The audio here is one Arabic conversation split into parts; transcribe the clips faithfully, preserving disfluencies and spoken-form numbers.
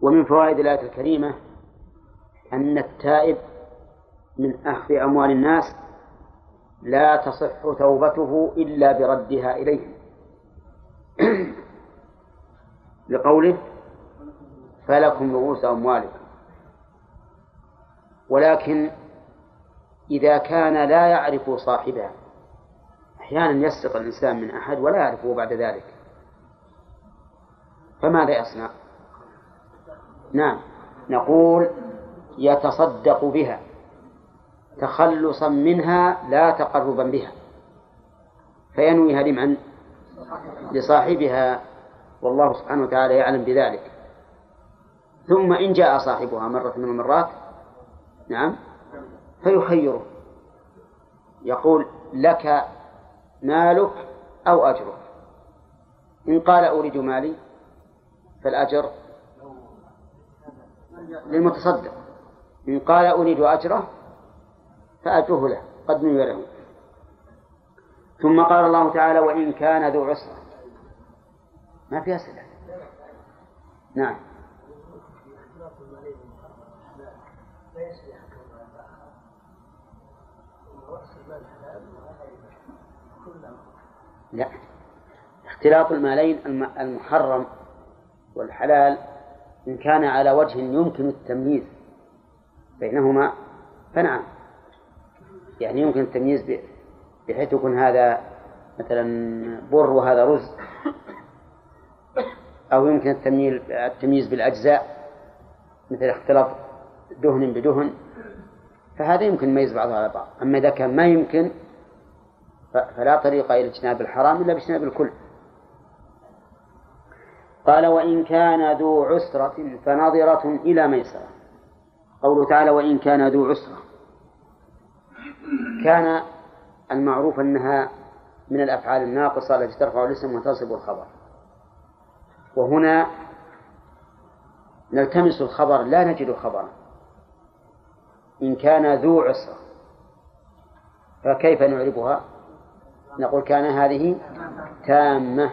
ومن فوائد الآية الكريمة أن التائب من أخذ أموال الناس لا تصح توبته إلا بردها إليهم لقوله فلكم رؤوس أموالكم. ولكن إذا كان لا يعرف صاحبها، أحيانا يسرق الإنسان من أحد ولا يعرفه بعد ذلك، فماذا يصنع؟ نعم، نقول يتصدق بها تخلصا منها لا تقربا بها، فينويها لمن؟ لصاحبها، والله سبحانه وتعالى يعلم بذلك. ثم إن جاء صاحبها مرة من المرات نعم فيخيره، يقول لك مالك أو أجرك، إن قال أريد مالي فالأجر للمتصدق، إن قال أريد أجره فأجره له قد نوي له. ثم قال الله تعالى وإن كان ذو عسرة، ما فيها سلة. نعم لا، اختلاط المالين المحرم والحلال إن كان على وجه يمكن التمييز بينهما فنعم، يعني يمكن التمييز بحيث يكون هذا مثلا بر وهذا رز، أو يمكن التمييز بالأجزاء مثل اختلاط دهن بدهن، فهذا يمكن يميز بعضها على بعض. أما إذا كان ما يمكن فلا طريق إلى اجتناب الحرام إلا باجتناب الكل. قال وإن كان ذو عسرة فنظرة إلى ميسرة. قوله تعالى وإن كان ذو عسرة، كان المعروف أنها من الأفعال الناقصة التي ترفع الاسم وتنصب الخبر، وهنا نلتمس الخبر لا نجد خبرا. إن كان ذو عسرة فكيف نعربها؟ نقول كان هذه تامة،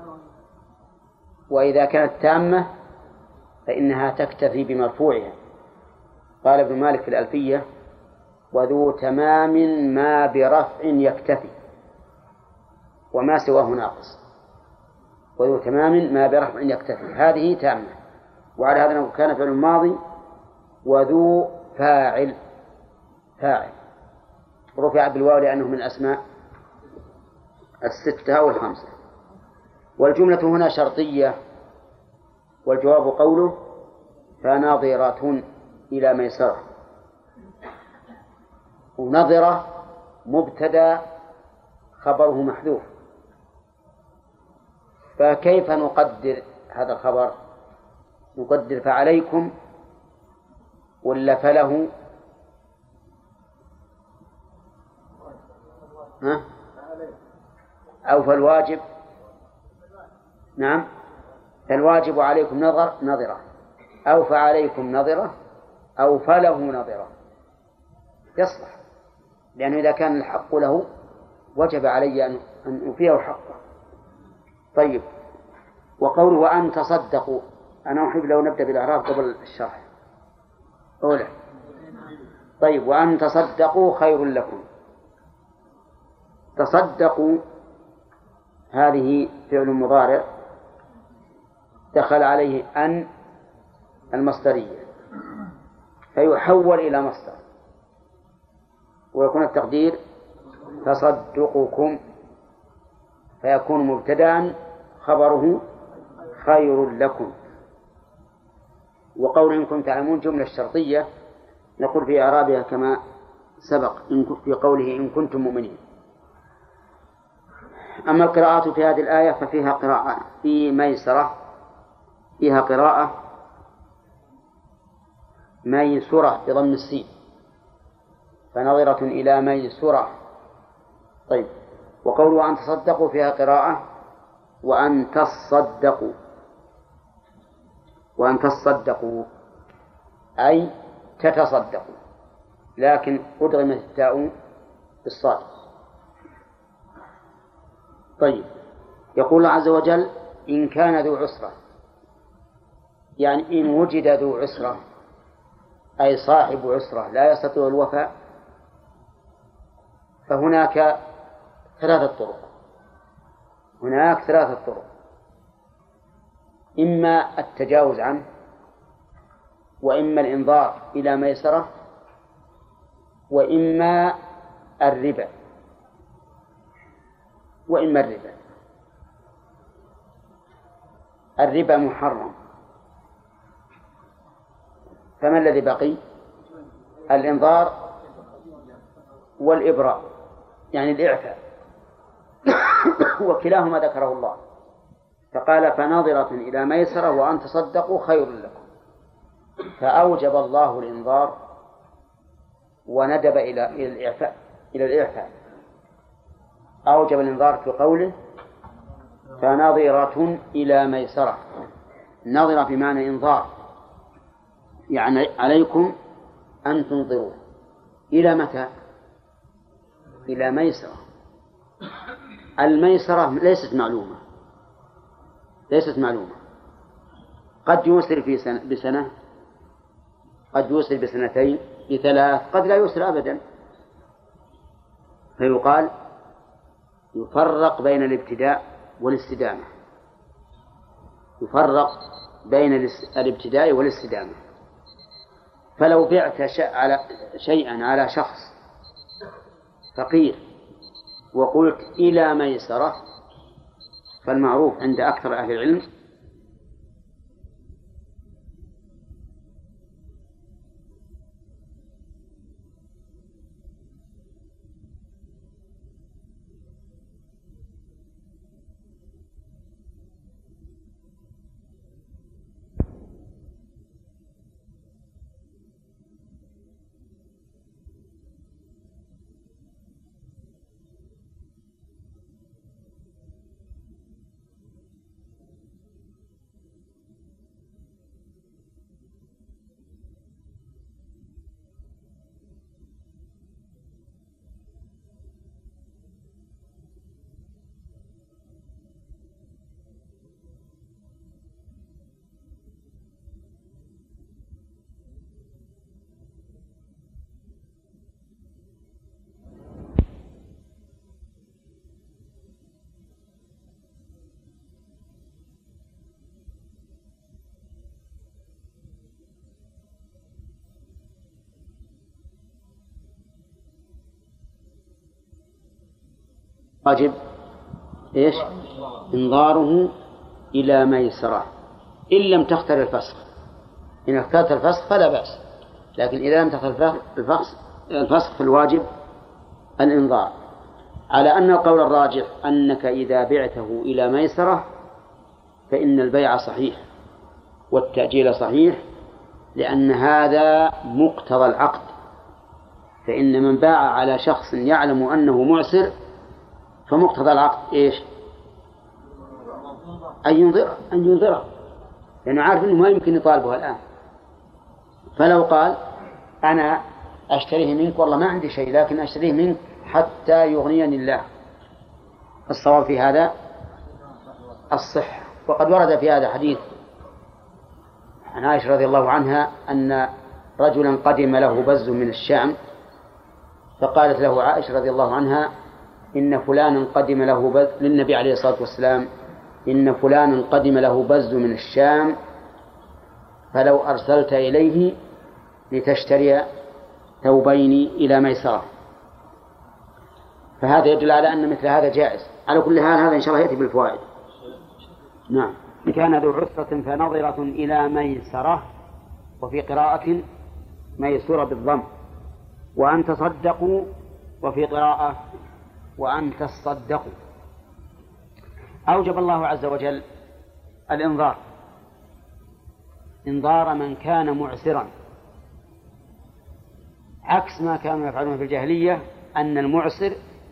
وإذا كانت تامة فإنها تكتفي بمرفوعها. قال ابن مالك في الألفية وذو تمام ما برفع يكتفي، وما سواه ناقص، وذو تمام ما برفع يكتفي هذه تامة. وعلى هذا نقول كان فعل الماضي وذو فاعل فاعل رفع بالواو لأنه من الأسماء الستة أو الخمسة. والجملة هنا شرطية، والجواب قوله فناظرة إلى ميسرة. ونظرة مبتدأ خبره محذوف، فكيف نقدر هذا الخبر؟ نقدر فعليكم ولا فله؟ ها؟ أو فالواجب؟ نعم، فالواجب عليكم نظر نظرة، أو فعليكم نظرة، أو فله نظرة، يصلح، لأنه إذا كان الحق له وجب علي أن أوفيه حقه. طيب، وقوله وأن تصدقوا، أنا أحب لو نبدأ بالإعراب قبل الشرح. أولا طيب وأن تصدقوا خير لكم. تصدقوا هذه فعل مضارع دخل عليه أن المصدرية فيحول إلى مصدر، ويكون التقدير تصدقكم، فيكون مبتدأ خبره خير لكم. وقول إن كنتم تعلمون جملة الشرطية نقول في إعرابها كما سبق في قوله إن كنتم مؤمنين. أما القراءات في هذه الآية ففيها قراءة في ميسرة، فيها قراءة ميسرة بضم السين، فنظرة إلى ميسرة. طيب، وقوله أن تصدقوا فيها قراءة وأن تصدقوا، وأن تصدقوا أي تتصدقوا، لكن أدغمت التاء بالصاد. طيب، يقول الله عز وجل إن كان ذو عسرة، يعني إن وجد ذو عسرة أي صاحب عسرة لا يستطيع الوفاء فهناك ثلاثة طرق هناك ثلاثة طرق إما التجاوز عنه وإما الإنظار إلى ميسرة وإما الربا وإما الربا الربا محرم فما الذي بقي؟ الإنظار والإبراء يعني الإعفاء وكلاهما ذكره الله فقال فناظرة إلى ميسرة وأن تصدقوا خير لكم فأوجب الله الإنظار وندب إلى الإعفاء إلى الإعفاء أوجب الإنظار في قوله فناظرة إلى ميسرة ناظرة بمعنى إنظار يعني عليكم أن تنظروا إلى متى؟ إلى ميسرة الميسرة ليست معلومة ليست معلومة قد يوسر في سنة بسنة قد يوسر بسنتين بثلاث قد لا يوسر أبدا فيقال يفرق بين الابتداء والاستدامة يفرق بين الابتداء والاستدامة فلو بعت على شيئا على شخص فقير وقلت إلى ميسرة فالمعروف عند أكثر أهل العلم واجب إيش؟ إنظاره إلى ميسرة إن لم تختر الفسخ إن اخترت الفسخ فلا بأس لكن إذا لم تختر الفسخ الفسخ فالواجب الإنظار على أن القول الراجح أنك إذا بعته إلى ميسرة فإن البيع صحيح والتأجيل صحيح لأن هذا مقتضى العقد فإن من باع على شخص يعلم أنه معسر فمقتضى العقد إيش؟ أن ينظره أن ينظره لأنه عارف أنه ما يمكن يطالبه الآن فلو قال أنا أشتريه منك والله ما عندي شيء لكن أشتريه منك حتى يغنيني الله الصواب في هذا الصحة وقد ورد في هذا حديث عن عائشة رضي الله عنها أن رجلا قدم له بز من الشام فقالت له عائشة رضي الله عنها إن فلانا قدم له بز للنبي عليه الصلاة والسلام إن فلانا قدم له بز من الشام فلو أرسلت إليه لتشتري ثوبين إلى ميسرة فهذا يدل على أن مثل هذا جائز على كل حال هذا إن شاء الله يأتي بالفوائد نعم كان ذو عسرة فنظرة إلى ميسرة وفي قراءة ميسورة بالضم وأن تصدقوا وفي قراءة وأن تصدقوا أوجب الله عز وجل الإنظار إنظار من كان معسرا عكس ما كانوا يفعلون في الجاهلية أن المعسر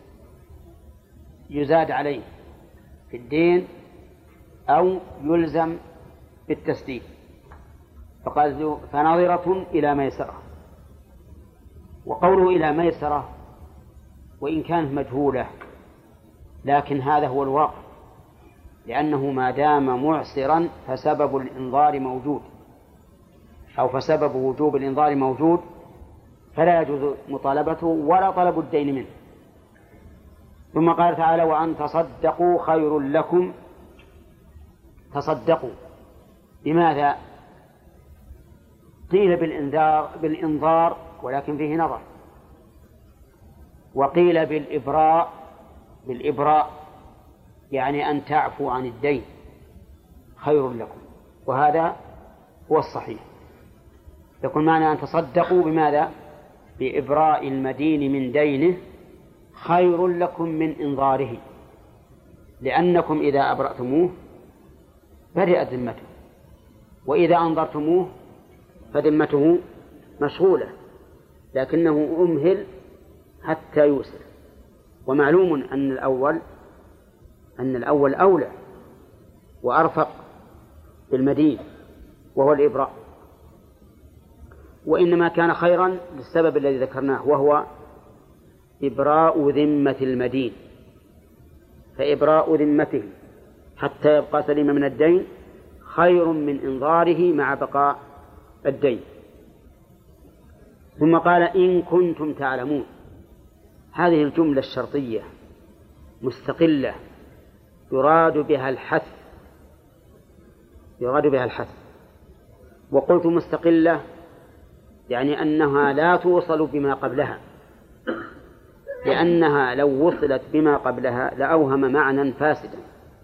يزاد عليه في الدين أو يلزم بالتسديد فقال فناظرة إلى ميسرة وقوله إلى ميسرة وإن كانت مجهولة لكن هذا هو الواقع لأنه ما دام معسرا فسبب الإنظار موجود أو فسبب وجوب الإنظار موجود فلا يجوز مطالبته ولا طلب الدين منه. ثم قال تعالى وأن تصدقوا خير لكم. تصدقوا بماذا؟ قيل بالإنذار بالإنظار ولكن فيه نظر، وقيل بالإبراء بالإبراء يعني أن تعفوا عن الدين خير لكم، وهذا هو الصحيح. يكون معنى أن تصدقوا بماذا؟ بإبراء المدين من دينه خير لكم من إنظاره، لأنكم إذا أبرأتموه برئت ذمته، وإذا أنظرتموه فذمته مشغولة، لكنه أمهل حتى يوسر. ومعلوم أن الأول أن الأول أولى وأرفق بالمدين وهو الإبراء، وإنما كان خيرا للسبب الذي ذكرناه وهو إبراء ذمة المدين، فإبراء ذمته حتى يبقى سليما من الدين خير من إنظاره مع بقاء الدين. ثم قال إن كنتم تعلمون. هذه الجملة الشرطية مستقلة يراد بها الحث يراد بها الحث وقلت مستقلة يعني أنها لا توصل بما قبلها، لأنها لو وصلت بما قبلها لأوهم معنى فاسدا.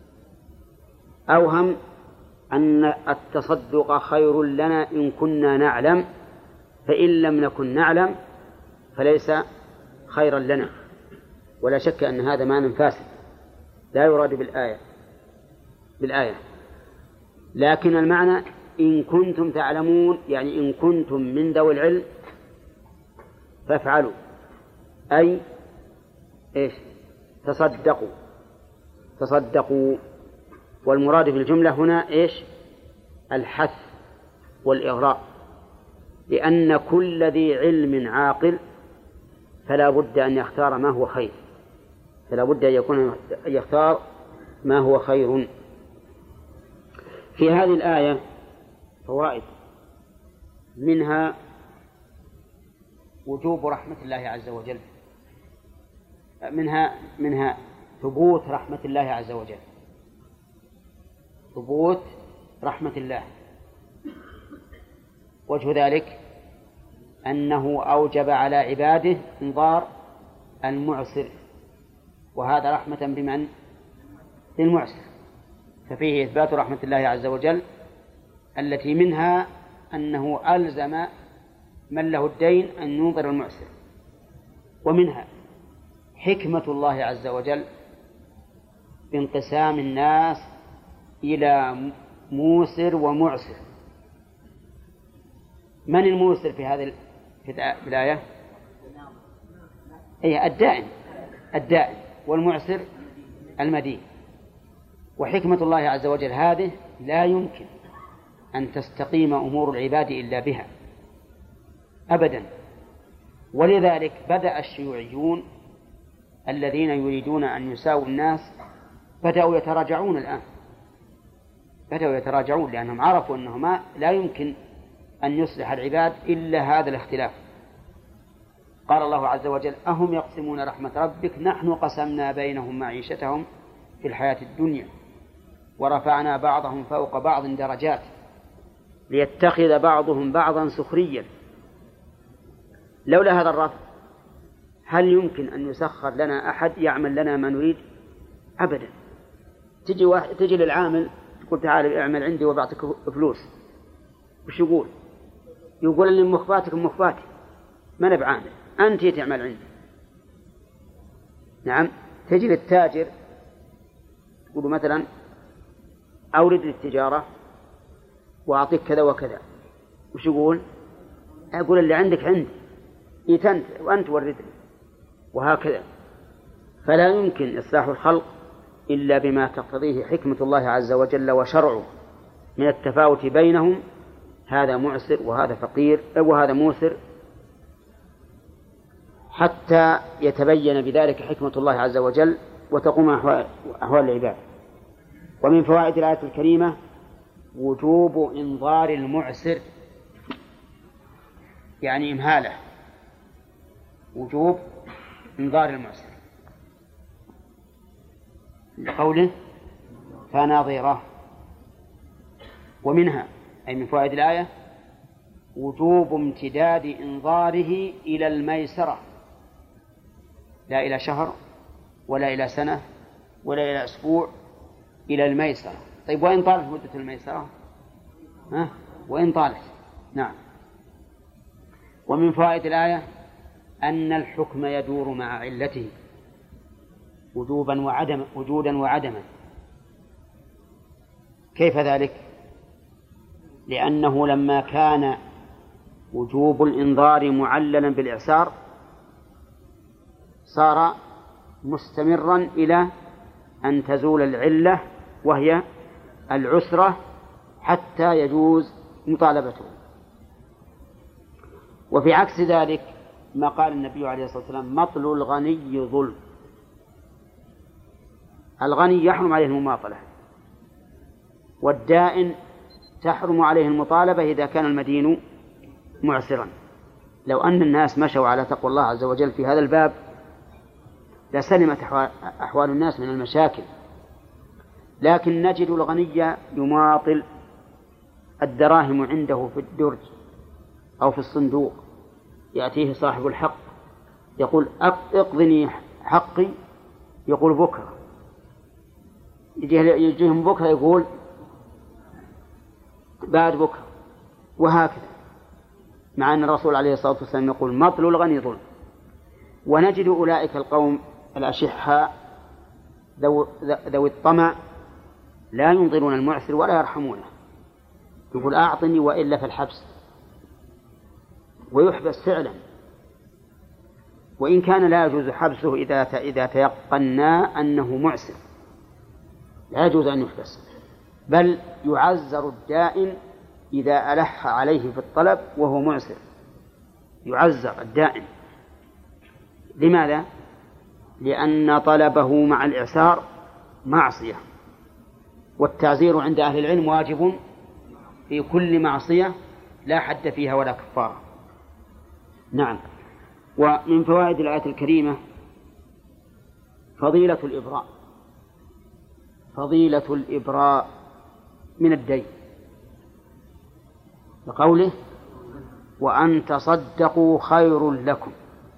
أوهم أن التصدق خير لنا إن كنا نعلم، فإن لم نكن نعلم فليس خيرا لنا، ولا شك أن هذا معنى فاسد لا يراد بالآية بالآية لكن المعنى إن كنتم تعلمون يعني إن كنتم من ذوي العلم فافعلوا، أي إيش؟ تصدقوا تصدقوا والمراد بالجملة هنا إيش؟ الحث والإغراء، لأن كل ذي علم عاقل فلا بد أن يختار ما هو خير، فلا بد أن يكون يختار ما هو خير. في هذه الآية فوائد، منها وجوب رحمة الله عز وجل، منها منها ثبوت رحمة الله عز وجل، ثبوت رحمة الله. وجه ذلك أنه أوجب على عباده إنظار المعسر، وهذا رحمة بمن؟ بالمعسر، ففيه إثبات رحمة الله عز وجل التي منها أنه ألزم من له الدين أن ينظر المعسر، ومنها حكمة الله عز وجل بانقسام الناس إلى موسر ومعسر. من الموسر في هذه الآية؟ أي الدائن الدائن والمعسر المدين. وحكمة الله عز وجل هذه لا يمكن أن تستقيم أمور العباد إلا بها أبدا. ولذلك بدأ الشيوعيون الذين يريدون أن يساووا الناس بدأوا يتراجعون الآن، بدأوا يتراجعون لأنهم عرفوا أنه ما لا يمكن أن يصلح العباد إلا هذا الاختلاف. قال الله عز وجل أهم يقسمون رحمة ربك نحن قسمنا بينهم معيشتهم في الحياة الدنيا ورفعنا بعضهم فوق بعض درجات ليتخذ بعضهم بعضا سخريا. لولا هذا الرفع هل يمكن أن يسخر لنا أحد يعمل لنا ما نريد؟ أبدا. تجي, واحد تجي للعامل تقول تعال اعمل عندي وبعطيك فلوس، وش يقول؟ يقول لي مخفاتك مخفاتي ما نبي عامل، أنت تعمل عندي. نعم. تجي للتاجر تقول مثلا أورد للتجارة وأعطيك كذا وكذا، وش يقول؟ أقول اللي عندك عندي إيتنت وأنت وردني، وهكذا. فلا يمكن إصلاح الخلق إلا بما تقتضيه حكمة الله عز وجل وشرعه من التفاوت بينهم، هذا معسر وهذا فقير وهذا موسر، حتى يتبين بذلك حكمة الله عز وجل وتقوم أحوال العباد. ومن فوائد الآية الكريمة وجوب إنظار المعسر يعني إمهاله، وجوب إنظار المعسر لقوله فنظرة. ومنها أي من فوائد الآية وجوب امتداد إنظاره إلى الميسرة، لا إلى شهر ولا إلى سنة ولا إلى أسبوع، إلى الميسرة. طيب وإن طالت مدة الميسرة؟ ها؟ وإن طالت، نعم. ومن فوائد الآية أن الحكم يدور مع علته وجوبا وعدما وجودا وعدما. كيف ذلك؟ لأنه لما كان وجوب الإنظار معللا بالإعسار صار مستمرا إلى أن تزول العلة وهي العسرة حتى يجوز مطالبته. وفي عكس ذلك ما قال النبي عليه الصلاة والسلام مطل الغني ظلم. الغني يحرم عليه المماطلة، والدائن تحرم عليه المطالبة إذا كان المدين معسرا. لو أن الناس مشوا على تقوى الله عز وجل في هذا الباب لسلمت أحوال الناس من المشاكل، لكن نجد الغني يماطل الدراهم عنده في الدرج أو في الصندوق، يأتيه صاحب الحق يقول اقضني حقي، يقول بكرة، يجيهم بكرة يقول بعد بكرة، وهكذا، مع أن الرسول عليه الصلاة والسلام يقول مطل الغني ظلم. ونجد أولئك القوم الأشحاء ذوي الطمع لا ينظرون المعسر ولا يرحمونه، يقول أعطني وإلا في الحبس، ويحبس فعلا، وإن كان لا يجوز حبسه إذا إذا تيقنا أنه معسر، لا يجوز أن يحبس، بل يعزر الدائن إذا ألح عليه في الطلب وهو معسر، يعزر الدائن. لماذا؟ لأن طلبه مع الإعسار معصية، والتعزير عند أهل العلم واجب في كل معصية لا حد فيها ولا كفارة. نعم. ومن فوائد الآية الكريمة فضيلة الإبراء، فضيلة الإبراء من الدين، لقوله وأن تصدقوا خير لكم.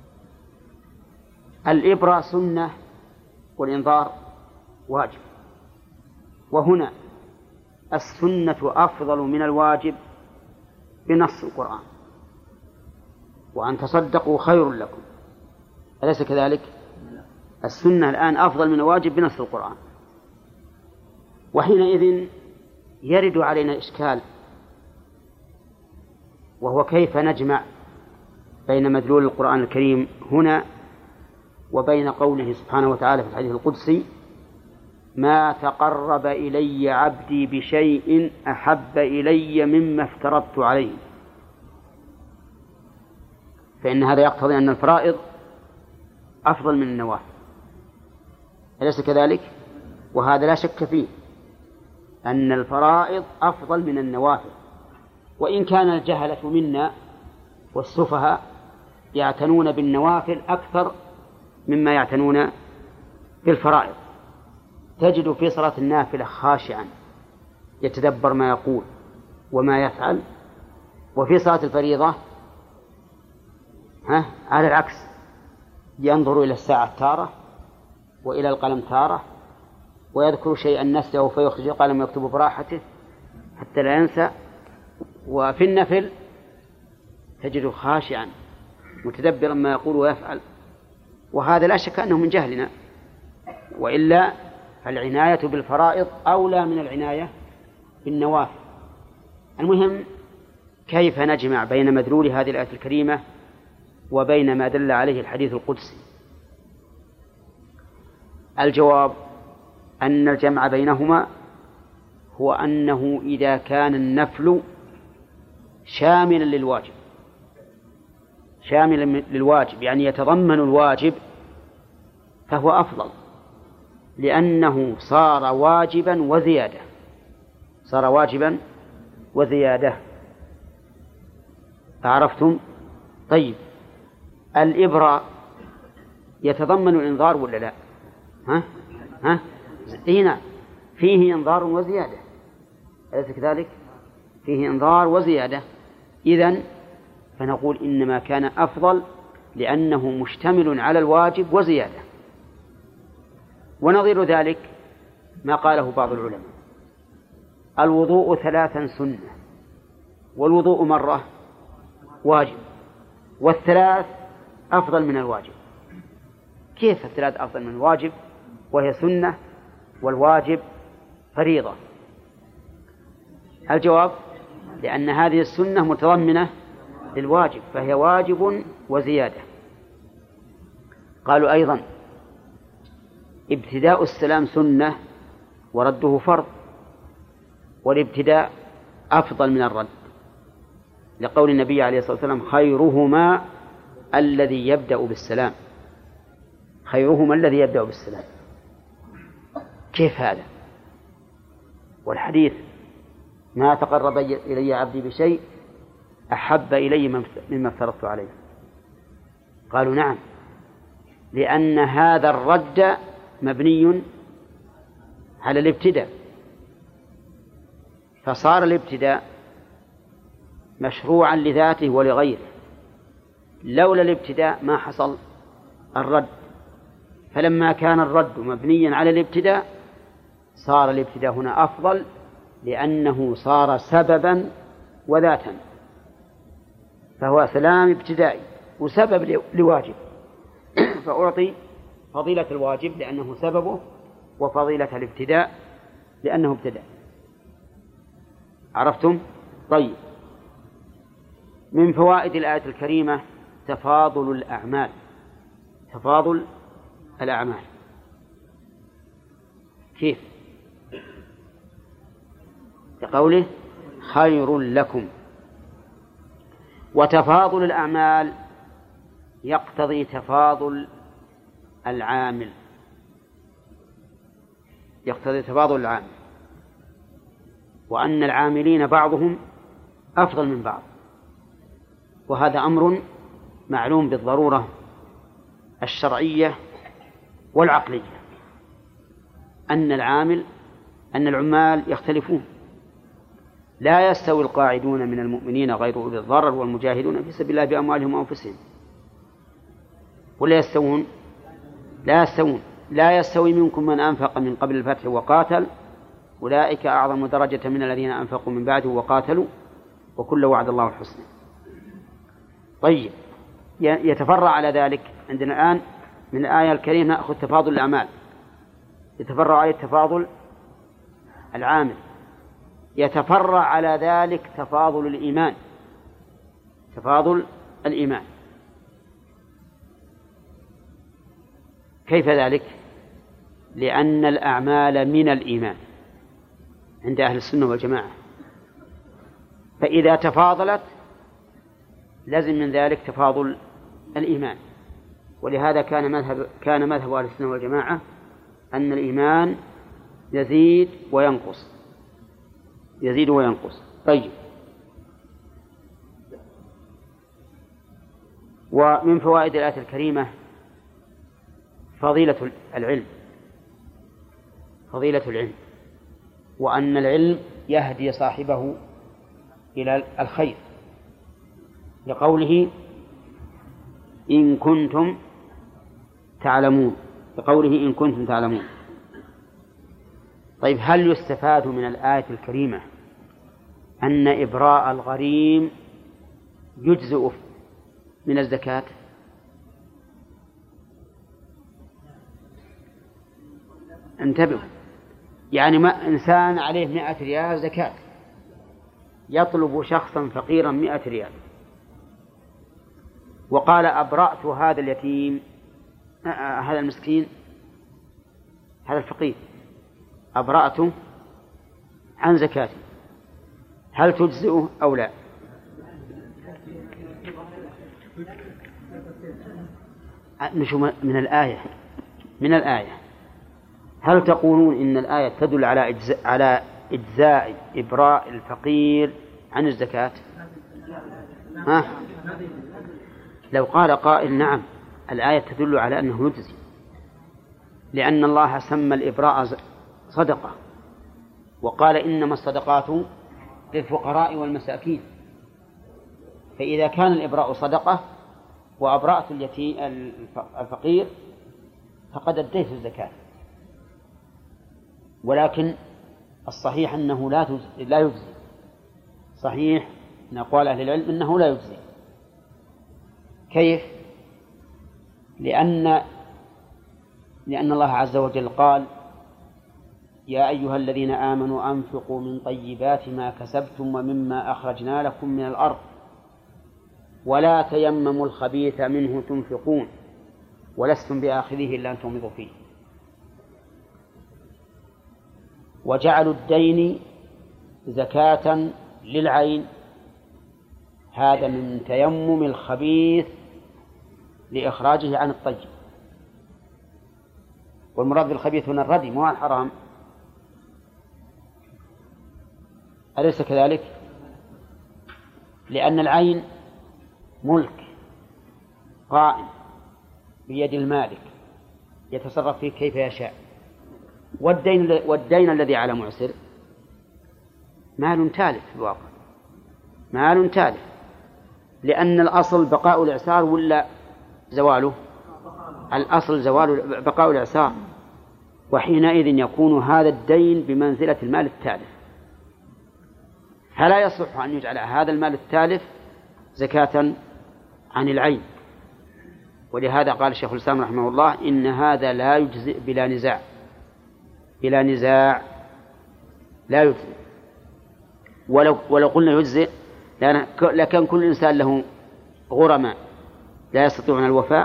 الإبراء سنة والإنظار واجب، وهنا السنة أفضل من الواجب بنص القرآن، وأن تصدقوا خير لكم، أليس كذلك؟ السنة الآن أفضل من الواجب بنص القرآن. وحينئذ يرد علينا إشكال، وهو كيف نجمع بين مدلول القرآن الكريم هنا وبين قوله سبحانه وتعالى في الحديث القدسي ما تقرب إلي عبدي بشيء أحب إلي مما افترضت عليه. فإن هذا يقتضي أن الفرائض أفضل من النوافل، أليس كذلك؟ وهذا لا شك فيه أن الفرائض أفضل من النوافل، وإن كان الجهلة منا والسفهاء يعتنون بالنوافل أكثر مما يعتنون بالفرائض. تجد في صلاة النافلة خاشعا يتدبر ما يقول وما يفعل، وفي صلاة الفريضة ها على العكس، ينظر إلى الساعة تارة وإلى القلم تارة، ويذكر شيئا نسيه فيخرج القلم ويكتب براحته حتى لا ينسى. وفي النفل تجده خاشعا متدبرا ما يقول ويفعل، وهذا لا شك أنه من جهلنا، وإلا فالعناية بالفرائض أولى من العناية بالنوافل. المهم كيف نجمع بين مدلول هذه الآية الكريمة وبين ما دل عليه الحديث القدسي؟ الجواب أن الجمع بينهما هو أنه إذا كان النفل شاملا للواجب، شاملا للواجب يعني يتضمن الواجب، فهو أفضل، لأنه صار واجبا وزيادة، صار واجبا وزيادة. عرفتم؟ طيب الإبرة يتضمن الإنذار ولا لا؟ ها؟ ها؟ هنا فيه إنذار وزيادة، أليس كذلك؟ فيه إنذار وزيادة، إذن فنقول إنما كان أفضل لأنه مشتمل على الواجب وزيادة. ونظير ذلك ما قاله بعض العلماء: الوضوء ثلاثا سنة، والوضوء مرة واجب، والثلاث أفضل من الواجب. كيف الثلاث أفضل من الواجب وهي سنة والواجب فريضة؟ الجواب: لأن هذه السنة متضمنة للواجب فهي واجب وزيادة. قالوا أيضا: ابتداء السلام سنة ورده فرض، والابتداء أفضل من الرد، لقول النبي عليه الصلاة والسلام: خيرهما الذي يبدأ بالسلام. خيرهما الذي يبدأ بالسلام. كيف هذا؟ والحديث: ما تقرب إلي عبدي بشيء أحب إلي مما افترضت عليه. قالوا: نعم، لأن هذا الرد مبني على الابتداء، فصار الابتداء مشروعا لذاته ولغيره، لولا الابتداء ما حصل الرد، فلما كان الرد مبنيا على الابتداء صار الابتداء هنا أفضل لأنه صار سببا وذاتا، فهو سلام ابتدائي وسبب لواجب، فأعطي فضيلة الواجب لأنه سببه، وفضيلة الابتداء لأنه ابتدأ. عرفتم؟ طيب، من فوائد الآية الكريمة تفاضل الأعمال. تفاضل الأعمال كيف؟ كقوله: خير لكم. وتفاضل الأعمال يقتضي تفاضل العامل، يقتضي تفاضل العامل، وأن العاملين بعضهم أفضل من بعض، وهذا أمر معلوم بالضرورة الشرعية والعقلية، أن العامل أن العمال يختلفون. لا يستوي القاعدون من المؤمنين غير أولي الضرر والمجاهدون في سبيل الله بأموالهم وأنفسهم. ولا يستوون؟ لا يستوون. لا يستوي منكم من أنفق من قبل الفتح وقاتل، أولئك أعظم درجة من الذين أنفقوا من بعده وقاتلوا، وكل وعد الله الحسنى. طيب، يتفرع على ذلك عندنا الآن من الآية الكريمة نأخذ تفاضل الأعمال، يتفرع عليه تفاضل العامل، يتفرع على ذلك تفاضل الإيمان، تفاضل الإيمان. كيف ذلك؟ لأن الأعمال من الإيمان عند أهل السنة والجماعة، فإذا تفاضلت لازم من ذلك تفاضل الإيمان. ولهذا كان مذهب كان مذهب أهل السنة والجماعة أن الإيمان يزيد وينقص، يزيد وينقص. طيب، ومن فوائد الآية الكريمة فضيلة العلم، فضيلة العلم، وأن العلم يهدي صاحبه إلى الخير، لقوله: إن كنتم تعلمون، لقوله: إن كنتم تعلمون. طيب، هل يستفاد من الآية الكريمة أن إبراء الغريم يجزئ من الزكاة؟ انتبهوا، يعني ما إنسان عليه مئة ريال زكاة، يطلب شخصا فقيرا مئة ريال، وقال: أبرأت هذا اليتيم، هذا المسكين، هذا الفقير، أبرأته عن زكاته، هل تجزئه أو لا؟ نشوف من الآية من الآية هل تقولون إن الآية تدل على إجزاء, على إجزاء إبراء الفقير عن الزكاة؟ ها؟ لو قال قائل نعم الآية تدل على أنه يجزي، لأن الله سمى الإبراء صدقة وقال إنما الصدقات للفقراء والمساكين، فإذا كان الإبراء صدقة وأبرأت الفقير فقد أديت الزكاة. ولكن الصحيح أنه لا لا يجزي، صحيح من أقوال أهل العلم أنه لا يجزي. كيف؟ لأن لأن الله عز وجل قال يا أيها الذين آمنوا أنفقوا من طيبات ما كسبتم ومما أخرجنا لكم من الأرض ولا تيمموا الخبيث منه تنفقون ولستم بآخذه إلا أن تغمضوا فيه. وجعلوا الدين زكاة للعين، هذا من تيمم الخبيث لإخراجه عن الطيب، والمراد بالخبيث هنا الردي مو الحرام، أليس كذلك؟ لأن العين ملك قائم بيد المالك يتصرف فيه كيف يشاء، والدين, والدين الذي على معسر مال تالف في الواقع، مال تالف، لأن الأصل بقاء الإعسار ولا زواله؟ الأصل زوال بقاء الإعسار، وحينئذ يكون هذا الدين بمنزلة المال التالف، فلا يصح أن يجعل هذا المال التالف زكاة عن العين. ولهذا قال الشيخ الإسلام رحمه الله إن هذا لا يجزئ بلا نزاع، بلا نزاع لا يجزئ. ولو, ولو قلنا يجزئ لكان كل إنسان له غرماء لا يستطيعون الوفاء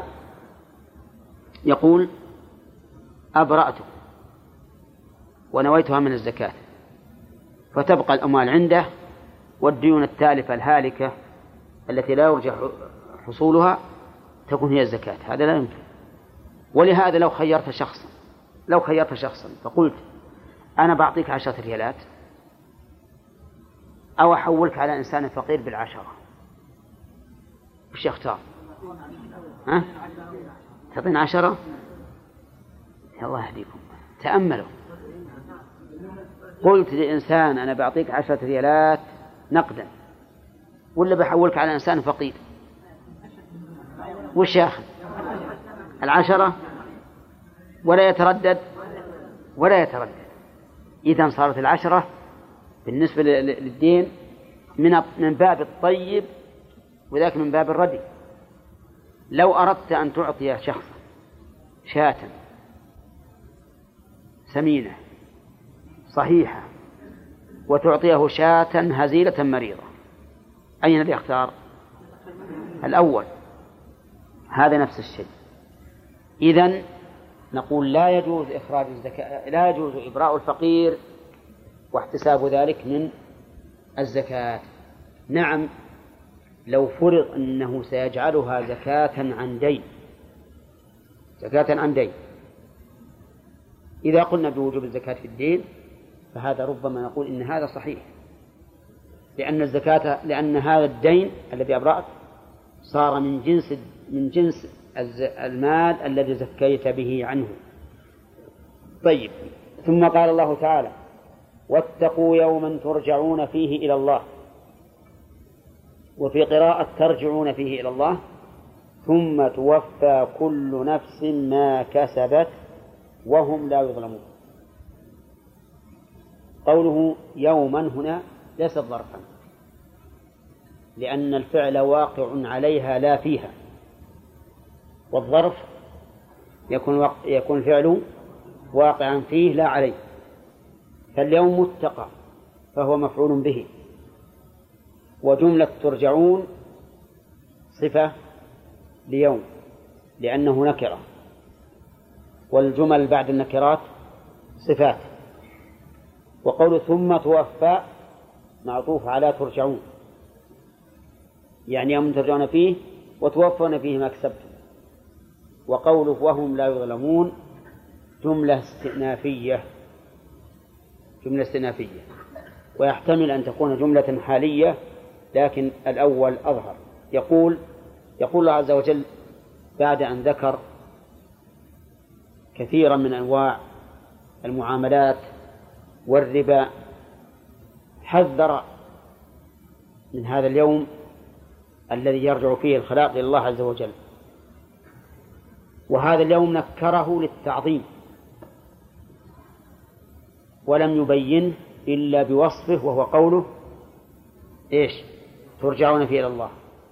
يقول أبرأته ونويتها من الزكاة، فتبقى الأموال عنده والديون التالفة الهالكة التي لا يرجى حصولها تكون هي الزكاة. هذا لا يمكن. ولهذا لو خيرت شخصا لو خيرت شخصا فقلت أنا بعطيك عشرة ريالات أو أحولك على إنسان فقير بالعشرة، وش يختار؟ ها؟ تعطينا عشرة؟ يا الله يهديكم، تأملوا. قلت لإنسان أنا بعطيك عشرة ريالات نقدا ولا بحولك على إنسان فقير، وش ياخذ؟ العشرة ولا يتردد ولا يتردد. إذن صارت العشرة بالنسبة للدين من من باب الطيب وذاك من باب الردي. لو أردت أن تعطي شخصا شاة سمينة صحيحة وتعطيه شاة هزيلة مريضة، أين الذي يختار؟ الأول. هذا نفس الشيء. إذن نقول لا يجوز إخراج الزكاة، لا يجوز إبراء الفقير واحتساب ذلك من الزكاة. نعم لو فرض أنه سيجعلها زكاة عن دين، زكاة عن دين، إذا قلنا بوجوب الزكاة في الدين فهذا ربما نقول إن هذا صحيح، لأن الزكاة لأن هذا الدين الذي أبرأت صار من جنس من جنس المال الذي زكيت به عنه. طيب، ثم قال الله تعالى واتقوا يوما ترجعون فيه إلى الله، وفي قراءة ترجعون فيه إلى الله ثم توفى كل نفس ما كسبت وهم لا يظلمون. قوله يوما هنا ليس ظرفا، لأن الفعل واقع عليها لا فيها، والظرف يكون يكون الفعل واقعا فيه لا عليه، فاليوم متقى فهو مفعول به، وجملة ترجعون صفة ليوم لأنه نكرة، والجمل بعد النكرات صفات. وقول ثم توفى معطوف على ترجعون، يعني يوم ترجعون فيه وتوفون فيه ما كسبتم. وقوله وهم لا يظلمون جملة استئنافية، جملة استئنافية، ويحتمل أن تكون جملة حالية، لكن الأول أظهر. يقول يقول الله عز وجل بعد أن ذكر كثيرا من أنواع المعاملات والربا حذر من هذا اليوم الذي يرجع فيه الخلاق إلى الله عز وجل. وهذا اليوم نكره للتعظيم ولم يبين إلا بوصفه، وهو قوله إيش؟ ترجعون فيه إلى الله،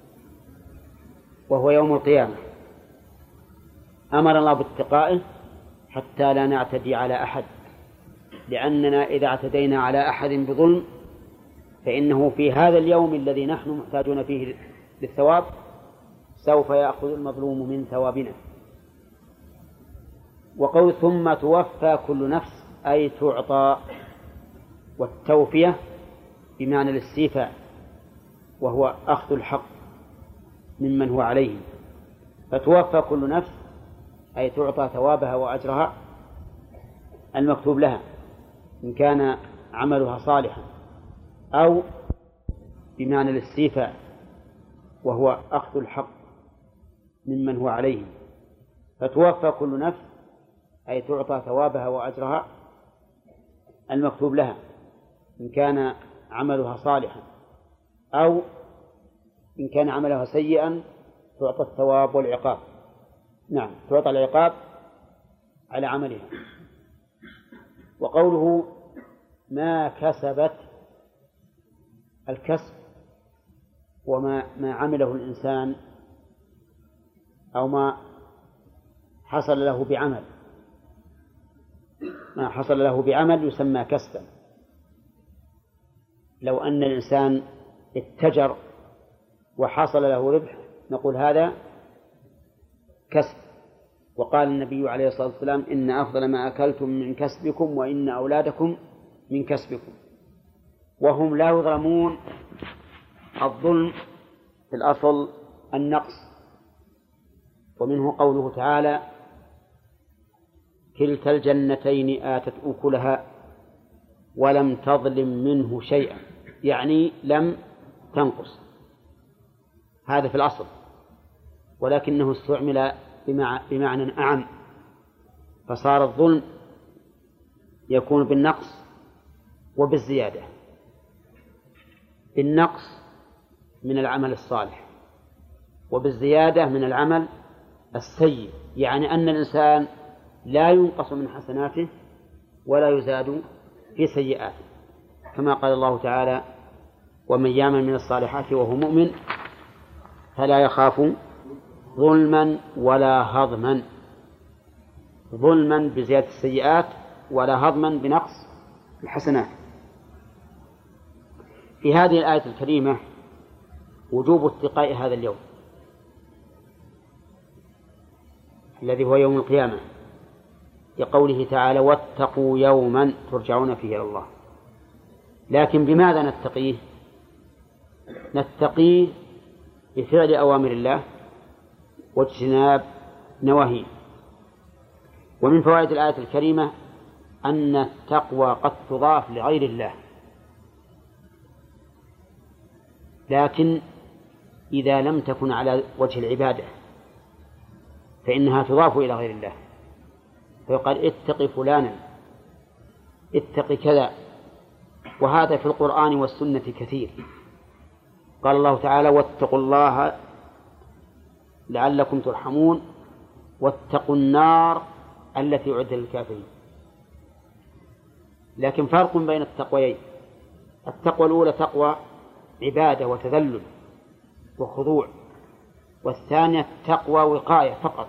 وهو يوم القيامة. أمر الله باتقائه حتى لا نعتدي على أحد، لأننا إذا اعتدينا على أحد بظلم فإنه في هذا اليوم الذي نحن محتاجون فيه للثواب سوف يأخذ المظلوم من ثوابنا. وقول ثم توفى كل نفس أي تعطى، والتوفية بمعنى الاستيفاء، وهو أخذ الحق ممن هو عليه. فتوفى كل نفس أي تعطى ثوابها وأجرها المكتوب لها إن كان عملها صالحا، أو بمعنى الاستيفاء وهو أخذ الحق ممن هو عليه. فتوفى كل نفس أي تعطى ثوابها وأجرها المكتوب لها إن كان عملها صالحا، أو إن كان عملها سيئا تعطى الثواب والعقاب. نعم، تعطى العقاب على عملها. وقوله ما كسبت، الكسب وما ما عمله الإنسان أو ما حصل له بعمل، ما حصل له بعمل يسمى كسبا. لو أن الإنسان اتجر وحصل له ربح نقول هذا كسب. وقال النبي عليه الصلاة والسلام إن أفضل ما أكلتم من كسبكم وإن أولادكم من كسبكم. وهم لا يظلمون. الظلم في الأصل النقص، ومنه قوله تعالى كلتا الجنتين آتت أكلها ولم تظلم منه شيئا، يعني لم تنقص. هذا في الأصل، ولكنه استعمل بمعنى أعم، فصار الظلم يكون بالنقص وبالزيادة. بالنقص من العمل الصالح، وبالزيادة من العمل السيء، يعني أن الإنسان لا ينقص من حسناته ولا يزاد في سيئاته، كما قال الله تعالى ومن يعمل من الصالحات وهو مؤمن فلا يخاف ظلما ولا هضما. ظلما بزيادة السيئات ولا هضما بنقص الحسنات. في هذه الآية الكريمة وجوب اتقاء هذا اليوم الذي هو يوم القيامة، لقوله تعالى واتقوا يوما ترجعون فيه إلى الله. لكن بماذا نتقيه؟ نتقيه بفعل أوامر الله واجتناب نواهيه. ومن فوائد الآية الكريمة أن التقوى قد تضاف لغير الله، لكن إذا لم تكن على وجه العبادة فإنها تضاف إلى غير الله، فيقال اتق فلانا، اتق كذا. وهذا في القرآن والسنة كثير. قال الله تعالى واتقوا الله لعلكم ترحمون واتقوا النار التي أعدت للكافرين. لكن فرق بين التقويين: التقوى الأولى تقوى عبادة وتذلل وخضوع، والثانية تقوى وقاية فقط،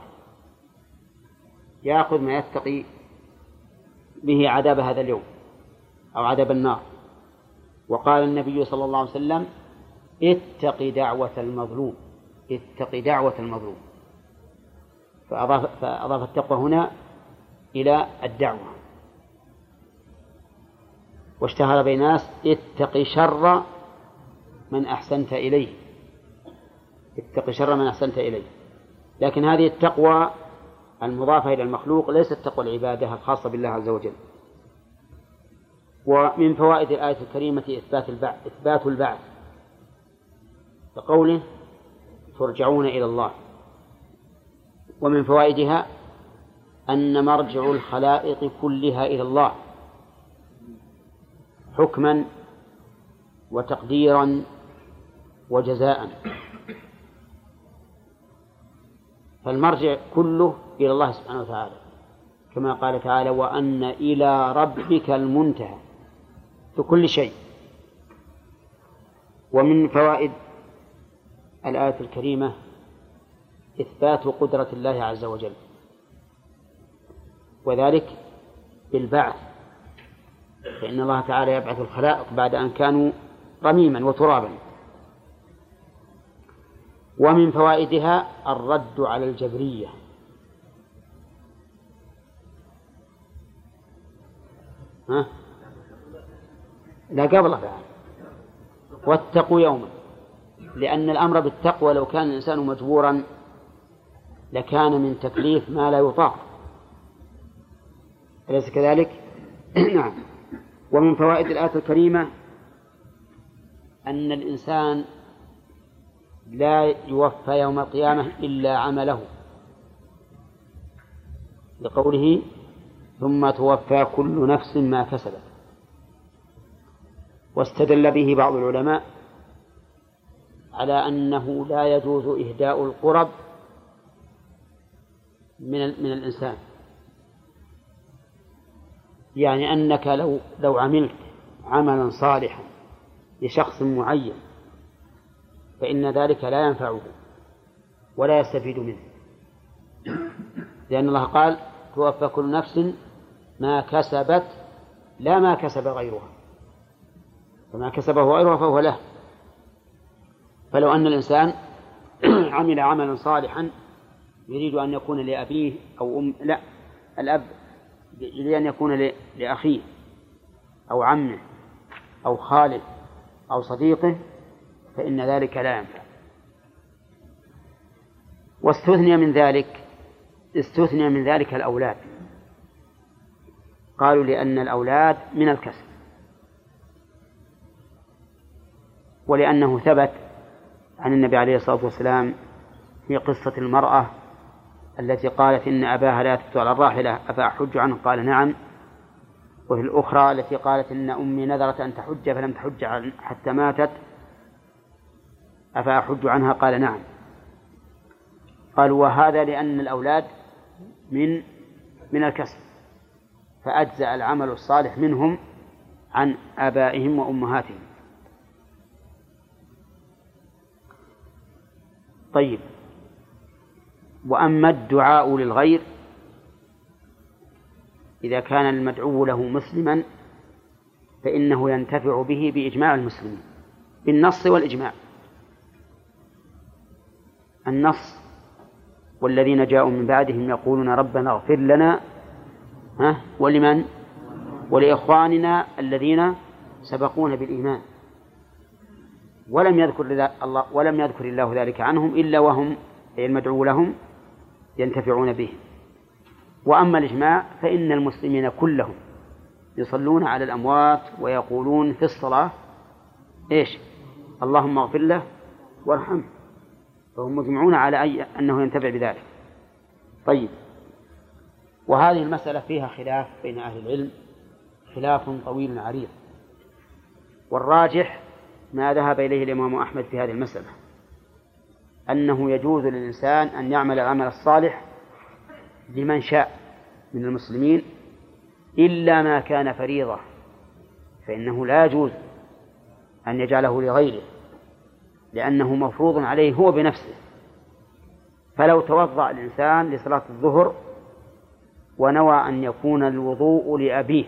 يأخذ ما يتقي به عذاب هذا اليوم أو عذاب النار. وقال النبي صلى الله عليه وسلم اتق دعوة المظلوم، اتق دعوة المظلوم، فأضاف, فأضاف التقوى هنا إلى الدعوة. واشتهر بين الناس اتق شر من أحسنت إليه، اتق شر من أحسنت إليه. لكن هذه التقوى المضافة إلى المخلوق ليست تقوى العبادة الخاصة بالله عز وجل. ومن فوائد الآية الكريمة إثبات البعث، إثبات البعث، فقوله ترجعون إلى الله. ومن فوائدها أن مرجع الخلائق كلها إلى الله حكما وتقديرا وجزاء، فالمرجع كله إلى الله سبحانه وتعالى، كما قال تعالى: وأن إلى ربك المنتهى في كل شيء. ومن فوائد الآية الكريمة إثبات قدرة الله عز وجل، وذلك بالبعث، فإن الله تعالى يبعث الخلائق بعد أن كانوا رميما وترابا. ومن فوائدها الرد على الجبرية، ها؟ لا قبله بعد، واتقوا يوما، لأن الأمر بالتقوى لو كان الإنسان مجبورا لكان من تكليف ما لا يطاق، أليس كذلك؟ نعم. ومن فوائد الآية الكريمة أن الإنسان لا يوفى يوم القيامة إلا عمله، لقوله: ثم توفى كل نفس ما كسبت. واستدل به بعض العلماء على أنه لا يجوز إهداء القرب من من الإنسان، يعني أنك لو لو عملت عملا صالحا لشخص معين فإن ذلك لا ينفعه ولا يستفيد منه، لأن الله قال: توفى كل نفس ما كسبت، لا ما كسب غيرها، فما كسبه غيرها فهو له. فلو أن الإنسان عمل عملا صالحا يريد أن يكون لأبيه أو أم لا الأب يريد أن يكون لأخيه أو عمه أو خاله أو صديقه فإن ذلك لا ينفع. واستثني من ذلك استثني من ذلك الأولاد، قالوا لأن الأولاد من الكسب، ولأنه ثبت عن النبي عليه الصلاة والسلام في قصة المرأة التي قالت: إن أباها لا يثبت على الراحلة أفأحج عنه؟ قال: نعم. وفي الأخرى التي قالت: إن أمي نذرت أن تحج فلم تحج حتى ماتت أفأحج عنها؟ قال: نعم. قالوا: وهذا لأن الأولاد من من الكسب، فأجزأ العمل الصالح منهم عن آبائهم وأمهاتهم. طيب، وأما الدعاء للغير إذا كان المدعو له مسلما فإنه ينتفع به بإجماع المسلمين بالنص والإجماع. النص: والذين جاءوا من بعدهم يقولون ربنا اغفر لنا ها ولمن ولإخواننا الذين سبقونا بالإيمان، ولم يذكر الله ولم يذكر الله ذلك عنهم إلا وهم المدعو لهم ينتفعون به. وأما الإجماع فإن المسلمين كلهم يصلون على الأموات ويقولون في الصلاة: إيش؟ اللهم اغفر له وارحمه، فهم مجمعون على أي أنه ينتفع بذلك. طيب، وهذه المسألة فيها خلاف بين أهل العلم، خلاف طويل عريض، والراجح ما ذهب إليه الإمام أحمد في هذه المسألة، أنه يجوز للإنسان أن يعمل العمل الصالح لمن شاء من المسلمين إلا ما كان فريضة، فإنه لا يجوز أن يجعله لغيره لأنه مفروض عليه هو بنفسه. فلو توضأ الإنسان لصلاة الظهر ونوى أن يكون الوضوء لأبيه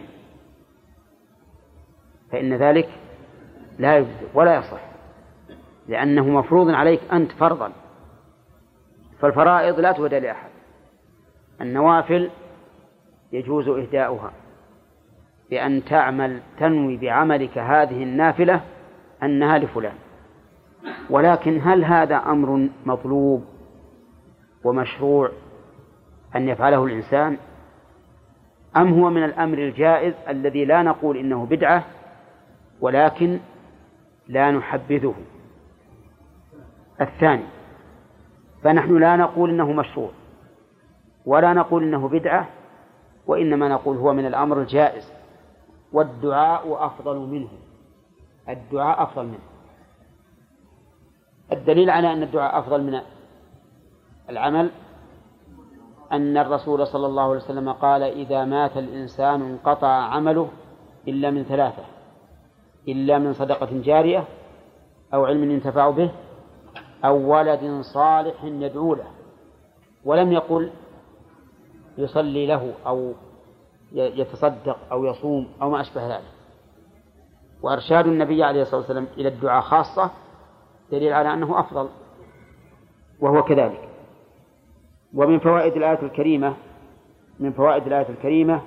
فإن ذلك لا يجوز ولا يصح، لأنه مفروض عليك أنت فرضا، فالفرائض لا تهدى لأحد. النوافل يجوز إهداؤها بأن تعمل تنوي بعملك هذه النافلة أنها لفلان، ولكن هل هذا أمر مطلوب ومشروع أن يفعله الإنسان، أم هو من الأمر الجائز الذي لا نقول إنه بدعة ولكن لا نحبذه؟ الثاني، فنحن لا نقول إنه مشروع ولا نقول إنه بدعة، وإنما نقول هو من الأمر الجائز، والدعاء أفضل منه، الدعاء أفضل منه. الدليل على أن الدعاء أفضل من العمل أن الرسول صلى الله عليه وسلم قال: إذا مات الإنسان انقطع عمله إلا من ثلاثة: إلا من صدقة جارية، أو علم ينتفع به، أو ولد صالح يدعو له. ولم يقل يصلي له أو يتصدق أو يصوم أو ما أشبه ذلك. وإرشاد النبي عليه الصلاة والسلام إلى الدعاء خاصة دليل على أنه أفضل، وهو كذلك. ومن فوائد الآية الكريمة من فوائد الآية الكريمة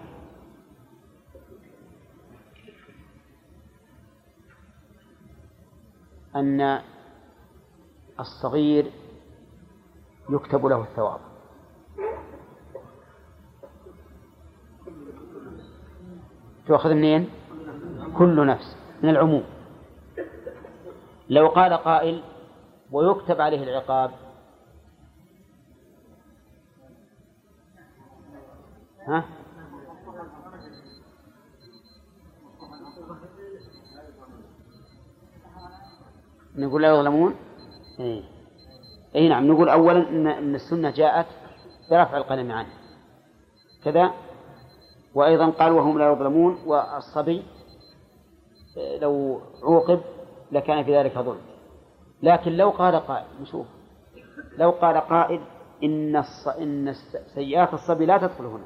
أن الصغير يكتب له الثواب. تأخذ منين؟ كل نفس، من العموم. لو قال قائل: ويكتب عليه العقاب، ها؟ نقول لا يظلمون. إيه. إيه نعم، نقول أولا إن, إن السنة جاءت برفع القلم عنه كذا، وأيضا قال وهم لا يظلمون، والصبي لو عوقب لكان في ذلك ظلم. لكن لو قال قائل، نشوف، لو قال قائل إن الص... إن سيئات الصبي لا تدخل هنا،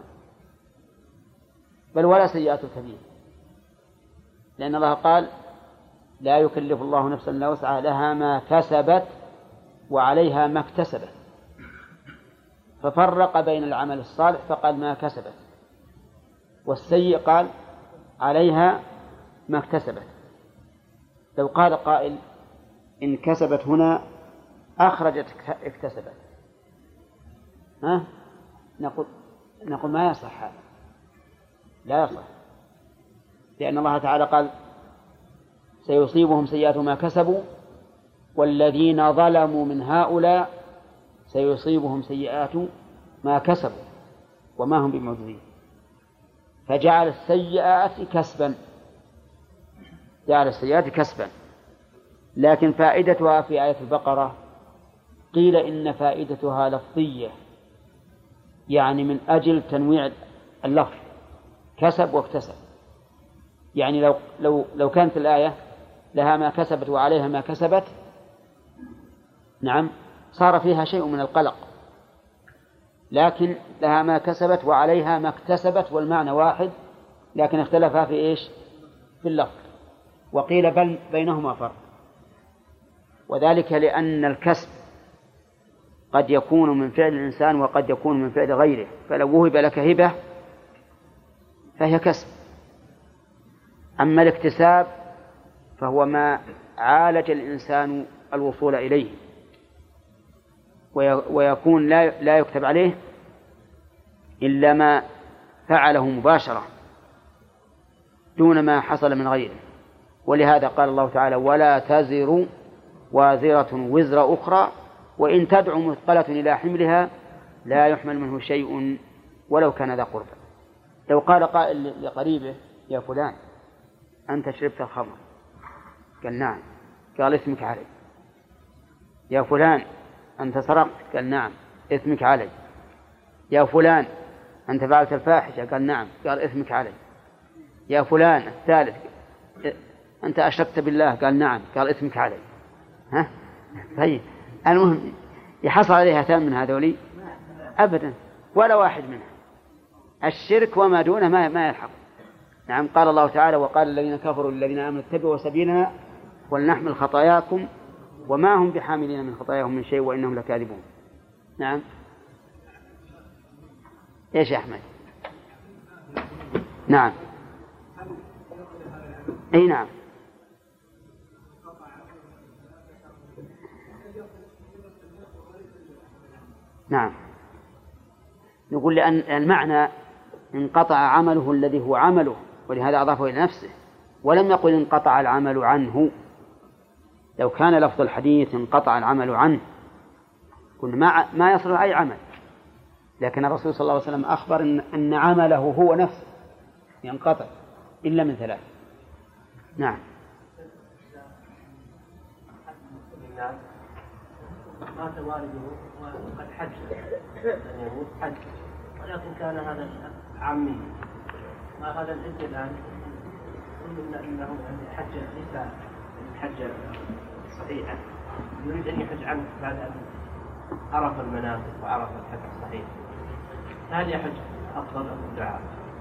بل ولا سيئات الكبير، لأن الله قال: لا يكلف الله نفسا إلا وسعها لها ما كسبت وعليها ما اكتسبت، ففرق بين العمل الصالح فقال ما كسبت، والسيء قال عليها ما اكتسبت. لو قال قائل إن كسبت هنا أخرجت اكتسبت، ها؟ نقول نقول ما يصح هذا، لا يصح، لأن الله تعالى قال: سيصيبهم سيئات ما كسبوا والذين ظلموا من هؤلاء سيصيبهم سيئات ما كسبوا وما هم بمعجزين. فجعل السيئات كسبا، جعل السيئات كسبا. لكن فائدتها في آية البقرة قيل إن فائدتها لفظية، يعني من أجل تنويع اللفظ، كسب واكتسب. يعني لو لو لو كانت الآية لها ما كسبت وعليها ما كسبت، نعم، صار فيها شيء من القلق، لكن لها ما كسبت وعليها ما اكتسبت، والمعنى واحد، لكن اختلفا في إيش؟ في اللفظ. وقيل بل بينهما فرق، وذلك لأن الكسب قد يكون من فعل الإنسان وقد يكون من فعل غيره، فلو وهب لك هبة فهي كسب. أما الاكتساب فهو ما عالج الإنسان الوصول إليه، ويكون لا لا يكتب عليه إلا ما فعله مباشرة دون ما حصل من غيره. ولهذا قال الله تعالى: ولا تزر وازرة وزر أخرى وإن تدع مثقلة إلى حملها لا يحمل منه شيء ولو كان ذا قربى. لو قال قائل لقريبه: يا فلان أنت شربت الخمر، قال نعم، قال اسمك علي. يا فلان أنت سرقت، قال نعم، اسمك علي. يا فلان أنت فعلت الفاحشة، قال نعم، قال اسمك علي. يا فلان الثالث أنت أشركت بالله، قال نعم، قال اسمك علي. ها؟ طيب، المهم يحصل عليها ثام من هذولي؟ أبدا، ولا واحد منها. الشرك وما دونه ما ما يلحق. نعم، قال الله تعالى: وقال الذين كفروا للذين آمنوا اتبعوا سبيلنا ولنحمل خطاياكم وما هم بحاملين من خطاياهم من شيء وإنهم لكاذبون. نعم. إيش يا أحمد؟ نعم. أي نعم. نعم، نقول لأن المعنى انقطع عمله الذي هو عمله، ولهذا أضافه إلى نفسه، ولم يقل انقطع العمل عنه. لو كان لفظ الحديث انقطع العمل عنه قلنا ما ما يصلح أي عمل، لكن الرسول صلى الله عليه وسلم أخبر إن, أن عمله هو نفسه ينقطع إلا من ثلاث. نعم. مات والده وقد حج أن يموت حج، ولكن كان هذا عمي، ما هذا الحج الآن قلنا إنه حج ليس حج صحيحا، يريد أن يحج عنه بعد أن عرف المناسك وعرف الحج الصحيح، هل يحج أفضل أم الدعاء؟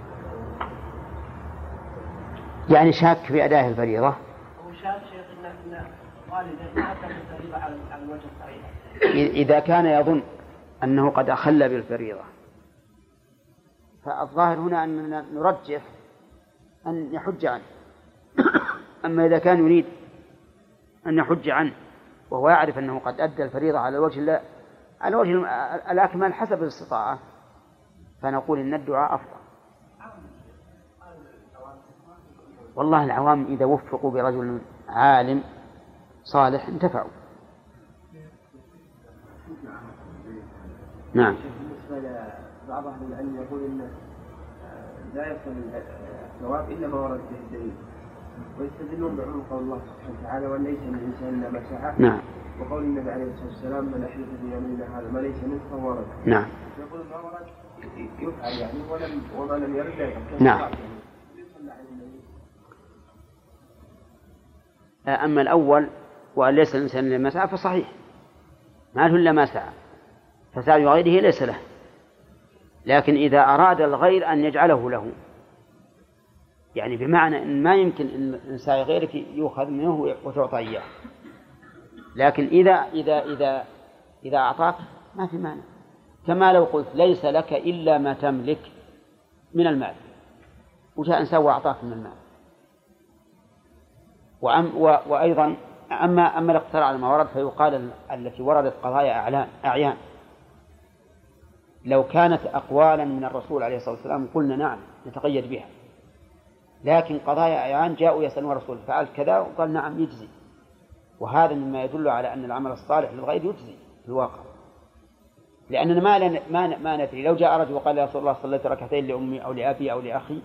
يعني شاك في أداء الفريضة؟ هو شاك شيخ إن والده ما أتى الفريضة على الوجه الصحيح. إذا كان يظن أنه قد أخل بالفريضة فالظاهر هنا أننا نرجح أن يحج عنه. أما إذا كان يريد أن يحج عنه وهو يعرف أنه قد أدى الفريضة على الوجه لا على وجه الأكمل حسب الاستطاعة، فنقول إن الدعاء أفضل. والله العوام إذا وفقوا برجل عالم صالح انتفعوا. نعم. بالنسبة لبعض أهل العلم يقول إن لا يصل الثواب إلا ما ورد به الدليل، ويستدلون بعموم قول الله سبحانه وتعالى وأن ليس للإنسان إلا ما سعى. نعم. وقول النبي عليه الصلاة والسلام من أحلف بيمينه هذا ما ليس منه فهو ورد. نعم. يقول ما ورد يفعل يعني ولم وما لم يرد لا يفعل. نعم. أما الأول وأن ليس الإنسان إلا ما سعى فصحيح، ما له إلا ما سعى، فسعي غيره ليس له. لكن إذا أراد الغير أن يجعله له، يعني بمعنى أن ما يمكن أن سعي غيرك يؤخذ منه وتعطى إياه، لكن إذا إذا إذا إذا أعطاك ما في مانع، كما لو قلت ليس لك إلا ما تملك من المال، وجاء إنسان وأعطاك من المال. وأم وأيضا أما أما الاقتراع على ما ورد فيقال التي وردت قضايا أعلان أعيان، لو كانت أقوالا من الرسول عليه الصلاة والسلام قلنا نعم نتقيد بها، لكن قضايا أعيان جاءوا يسألون الرسول فعل كذا وقال نعم يجزي، وهذا مما يدل على أن العمل الصالح للغير يجزي في الواقع، لأننا ما ما ما ندري لو جاء رجل وقال يا رسول الله صليت ركعتين لأمي أو لأبي أو لأخي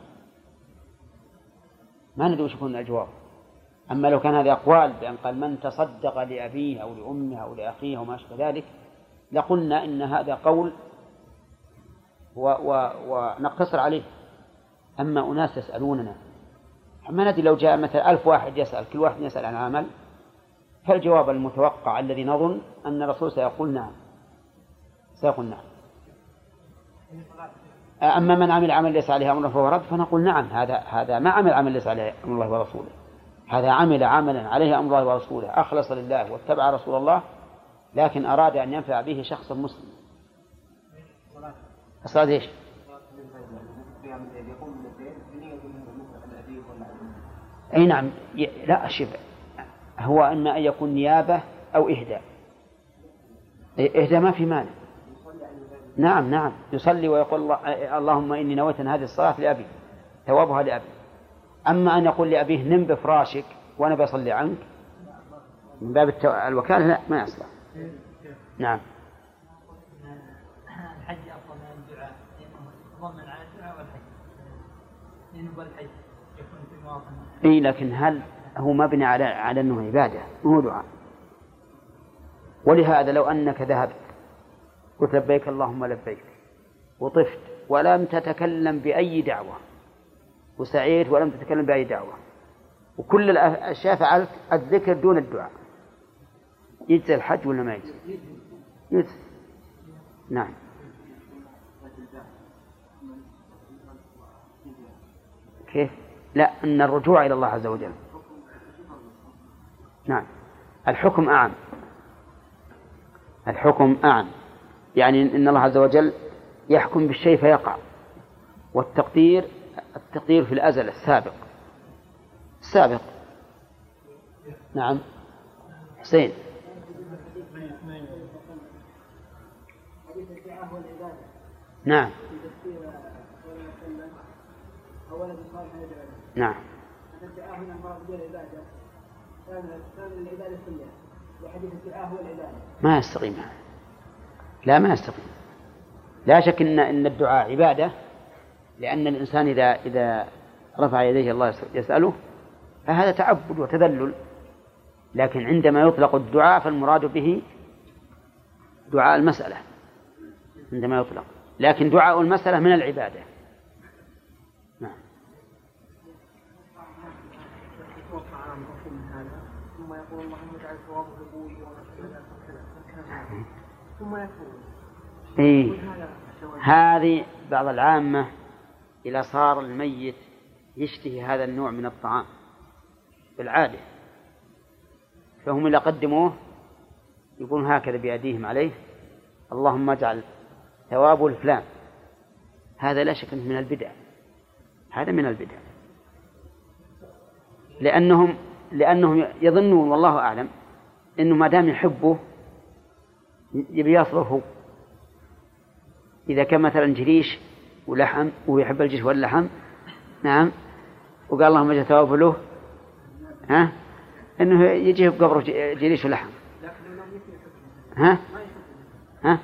ما ندري وش يكون الجواب. أما لو كان هذه أقوال بأن قال من تصدق لأبيه أو لأمه أو لأخيه وما أشبه ذلك لقلنا إن هذا قول ونقتصر عليه. أما أناس يسألوننا ما ندري لو جاء مثلا ألف واحد يسأل كل واحد يسأل عن عمل، فالجواب المتوقع الذي نظن أن الرسول سيقول نعم سيقول نعم. أما من عمل عمل ليس عليه أمر فهو رد فنقول نعم هذا هذا ما عمل عمل ليس عليه أمر الله ورسوله، هذا عمل عملا عليه أمر الله ورسوله أخلص لله واتبع رسول الله، لكن أراد أن ينفع به شخص مسلم. الصلاة إيش؟ أي نعم. لا شبه هو إما أن يكون نيابة أو إهداء. إهداء ما في مانع. نعم نعم يصلي ويقول الله اللهم إني نويت هذه الصلاة لأبي ثوابها لأبي. أما أن يقول لأبيه نم بفراشك وأنا بصلي عنك من باب الوكالة لا ما يصلح. نعم. الحج أفضل من الدعاء لأنه ضمن على الدعاء والحج، لأنه بالحج يكون في مواطن. إيه لكن هل هو مبني على على أنه عبادة مو دعاء؟ ولهذا لو أنك ذهبت قلت لبيك اللهم لبيك وطفت ولم تتكلم بأي دعوة وسعيت ولم تتكلم بأي دعوة وكل الأشياء فعلت الذكر دون الدعاء، يجزي الحج ولا ما يجزي؟ يجزي. نعم. كيف؟ لا أن الرجوع إلى الله عز وجل. نعم الحكم أعم، الحكم أعم، يعني إن الله عز وجل يحكم بالشيء فيقع، والتقدير التقدير في الأزل السابق السابق. نعم حسين. نعم نعم ما يستقيم. لا ما يستقيم. لا شك إن إن الدعاء عبادة، لأن الإنسان إذا إذا رفع يديه الله يسأله فهذا تعبد وتذلل، لكن عندما يطلق الدعاء فالمراد به دعاء المسألة عندما يطلق، لكن دعاء المسألة من العبادة. نعم. ثم يقول اللهم اجعل ثوابه لابوي ثم يقول إيه هذه بعض العامة إذا صار الميت يشتهي هذا النوع من الطعام بالعادة، فهم إذا قدموه يقولون هكذا بأيديهم عليه اللهم اجعل ثوابه الفلان. هذا لا شك من البدع، هذا من البدع، لأنهم لأنهم يظنون والله أعلم إنه ما دام يحبه يبي يصبر هو. إذا كان مثلا جريش ولحم ويحب الجريش واللحم، نعم، وقال اللهم اجعل ثوابه له، ها إنه يجي بقبره جريش ولحم، ها ها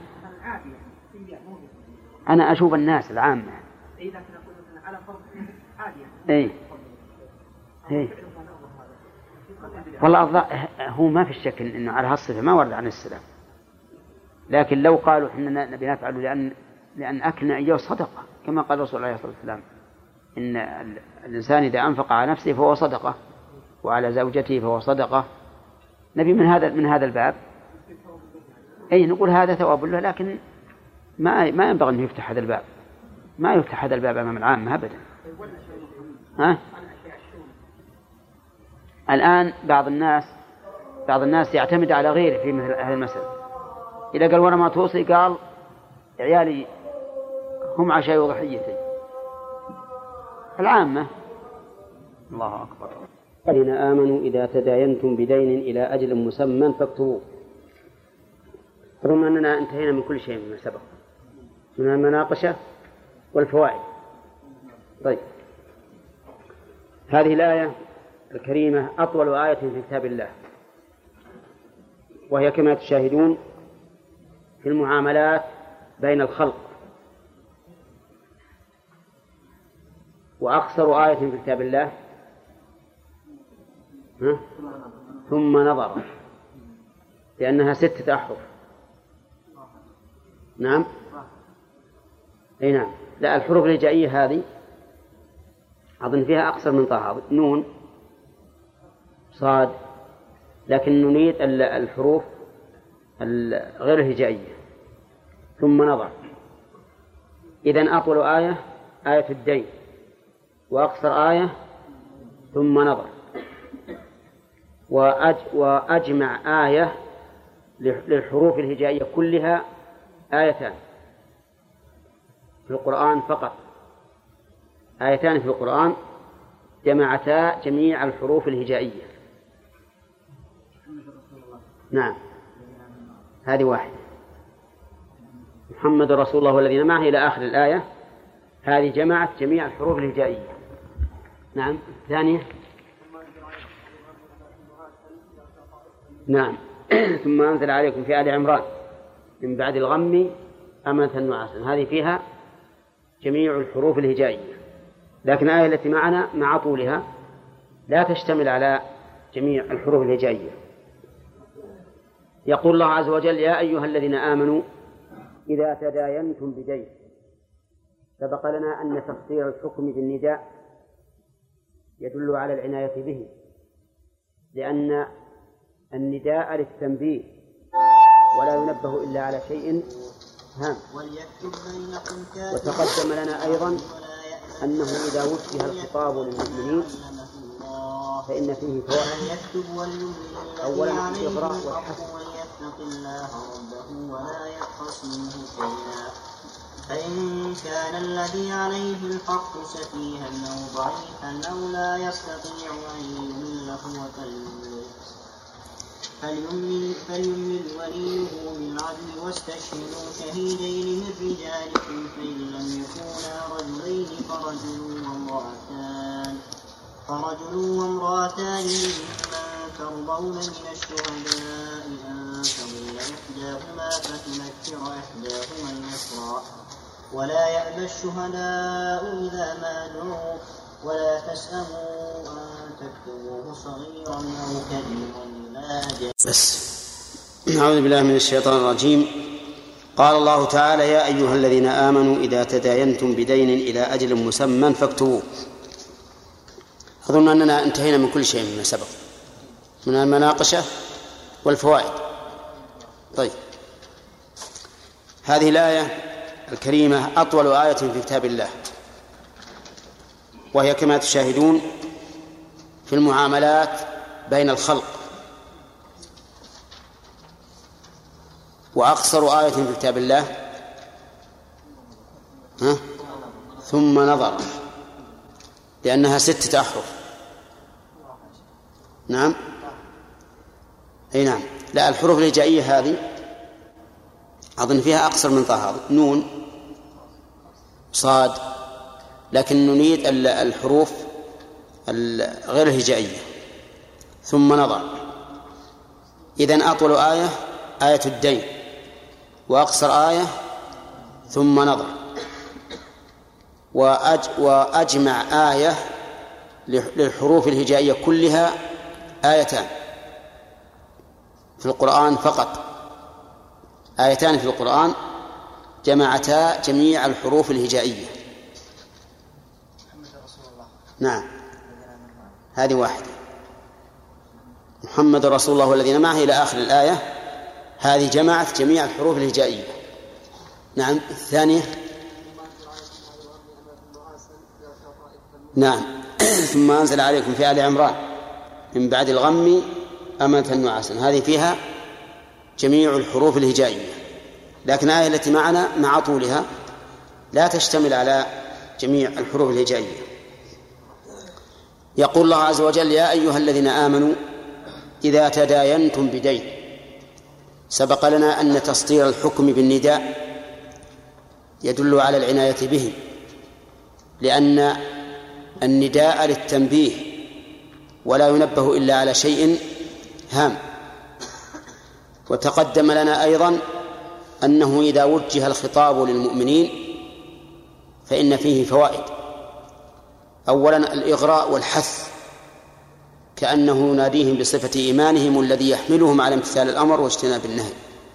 أنا أشوف الناس العامة إيه إيه والله هو ما في الشك إنه على هالصفة ما ورد عن السلام، لكن لو قالوا إننا نبي نفعله لأن لأن أكلنا إياه صدقة، كما قال رسول الله صلى الله عليه وسلم إن الإنسان إذا أنفق على نفسه فهو صدقة وعلى زوجته فهو صدقة، نبي من هذا من هذا الباب أي نقول هذا ثواب له، لكن ما ما ينبغي أن يفتح هذا الباب، ما يفتح هذا الباب أمام العامة أبدا. ها؟ الآن بعض الناس بعض الناس يعتمد على غيره في مثل هذه المسألة، إذا قال وأنا ما توصي قال عيالي هم عشاء وضحيتي. العامة الله أكبر. الذين آمنوا إذا تداينتم بدين إلى أجل مسمى فاكتبوه. رغم أننا انتهينا من كل شيء مما سبق من المناقشة والفوائد. طيب، هذه الآية الكريمة أطول آية في كتاب الله، وهي كما تشاهدون في المعاملات بين الخلق، وأقصر آية في كتاب الله ها؟ ثم نظر، لأنها ستة أحرف. نعم أي نعم، لا الحروف الهجائية هذه أظن فيها أقصر من طه، نون صاد، لكن نريد الحروف غير الهجائية. ثم نظر، إذن أطول آية آية الدين، وأقصر آية ثم نظر، وأج وأجمع آية للحروف الهجائية كلها آيتان في القرآن فقط، آيتان في القرآن جمعتا جميع الحروف الهجائية. نعم هذه واحدة، محمد رسول الله والذين معه إلى آخر الآية، هذه جمعت جميع الحروف الهجائية. نعم ثانية نعم ثم أنزل عليكم في آل عمران من بعد الغم أمنة وعسى، هذه فيها جميع الحروف الهجائية، لكن الآية التي معنا مع طولها لا تشتمل على جميع الحروف الهجائية. يقول الله عز وجل يا أيها الذين آمنوا إذا تداينتم بدين. سبق لنا أن تفسير الحكم بالنداء يدل على العناية به، لأن النداء للتنبيه ولا ينبه إلا على شيء هام. وتقدم لنا أيضا أنه إذا وجه الخطاب للمؤمنين فإن فيه فوائد، أولا الإغراء والحث، فإن كان الذي عليه الحق سفيها أو ضعيفا أو لا يستطيع أن يمل هو فليمل فليمل وليه بالعدل واستشهدوا شهيدين من رجالكم فإن لم يكونا رجلين فرجل وامرأتان فرجل وامرأتان ممن ترضون من الشهداء أن تضل إحداهما فتنكر إحداهما الأخرى ولا يأبى الشهداء إذا ما دعوا ولا تسأموا أن تكتبوه صغيرا أو كبيرا إلى أجل. بس أعوذ بالله من الشيطان الرجيم. قال الله تعالى: يا أيها الذين آمنوا إذا تداينتم بدين إلى أجل مسمى فاكتبوه. أظن أننا انتهينا من كل شيء مما سبق من المناقشة والفوائد. طيب، هذه الآية الكريمة أطول آية في كتاب الله، وهي كما تشاهدون في المعاملات بين الخلق، وأقصر آية في كتاب الله ها؟ ثم نظر، لأنها ستة أحرف. نعم أي نعم. لا، الحروف الهجائية هذه أظن فيها أقصر من طه، نون صاد، لكن نريد الحروف غير الهجائية. ثم نظر. إذن أطول آية آية الدين، وأقصر آية ثم نظر. وأج وأجمع آية للحروف الهجائية كلها آيتان في القرآن فقط، آيتان في القرآن جمعتا جميع الحروف الهجائية. نعم، هذه واحدة، محمد رسول الله والذين معه إلى آخر الآية، هذه جمعت جميع الحروف الهجائية. نعم. الثانية نعم ثم أنزل عليكم في آل عمران من بعد الغم أمنة نعاسا، هذه فيها جميع الحروف الهجائية. لكن الآية التي معنا مع طولها لا تشتمل على جميع الحروف الهجائية. يقول الله عز وجل: يا أيها الذين آمنوا إذا تداينتم بدين. سبق لنا أن تسطير الحكم بالنداء يدل على العناية به، لأن النداء للتنبيه ولا ينبه إلا على شيء هام. وتقدم لنا أيضا أنه إذا وجه الخطاب للمؤمنين فإن فيه فوائد. أولا الإغراء والحث، كأنه يناديهم بصفة إيمانهم الذي يحملهم على امتثال الأمر واجتناب النهي.